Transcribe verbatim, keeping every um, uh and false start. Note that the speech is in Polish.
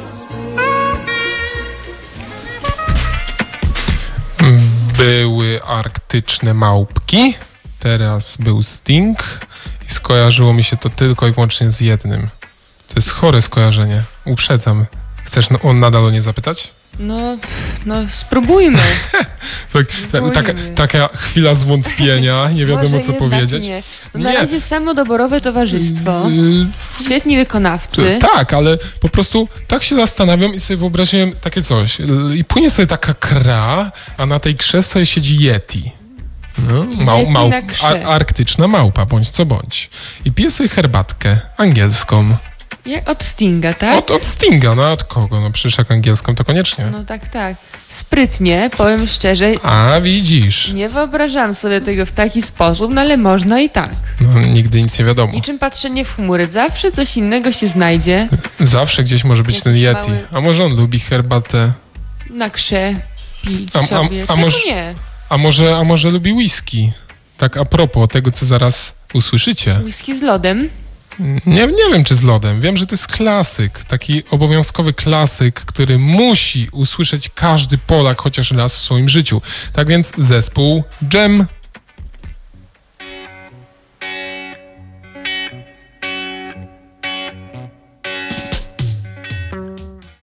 Były arktyczne małpki, teraz był Sting i skojarzyło mi się to tylko i wyłącznie z jednym. To jest chore skojarzenie, uprzedzam. Chcesz no, on nadal o nie zapytać? No, no spróbujmy. tak, ta, taka, taka chwila zwątpienia, nie wiadomo Może co powiedzieć. Nie. No na nie. razie samodoborowe towarzystwo, yy, świetni wykonawcy. To, tak, ale po prostu tak się zastanawiam i sobie wyobraziłem takie coś. I płynie sobie taka kra, a na tej krze sobie siedzi Yeti. No, mał, Yeti mał, na krze. ar, arktyczna małpa, bądź co bądź. I pije sobie herbatkę angielską. Jak od Stinga, tak? Od, od Stinga, no od kogo? No przecież jak angielską to koniecznie. No tak, tak. Sprytnie, powiem szczerze. A, widzisz. Nie wyobrażam sobie tego w taki sposób, no ale można i tak. No, nigdy nic nie wiadomo. Niczym patrzenie w chmury. Zawsze coś innego się znajdzie. Zawsze gdzieś może być Jakiś ten Yeti. mały- A może on lubi herbatę? Na krze pić A- a- sobie. a Czemu może- nie? A może, a może lubi whisky? Tak a propos tego, co zaraz usłyszycie. Whisky z lodem. Nie, nie wiem, czy z lodem. Wiem, że to jest klasyk. Taki obowiązkowy klasyk, który musi usłyszeć każdy Polak chociaż raz w swoim życiu. Tak więc zespół Dżem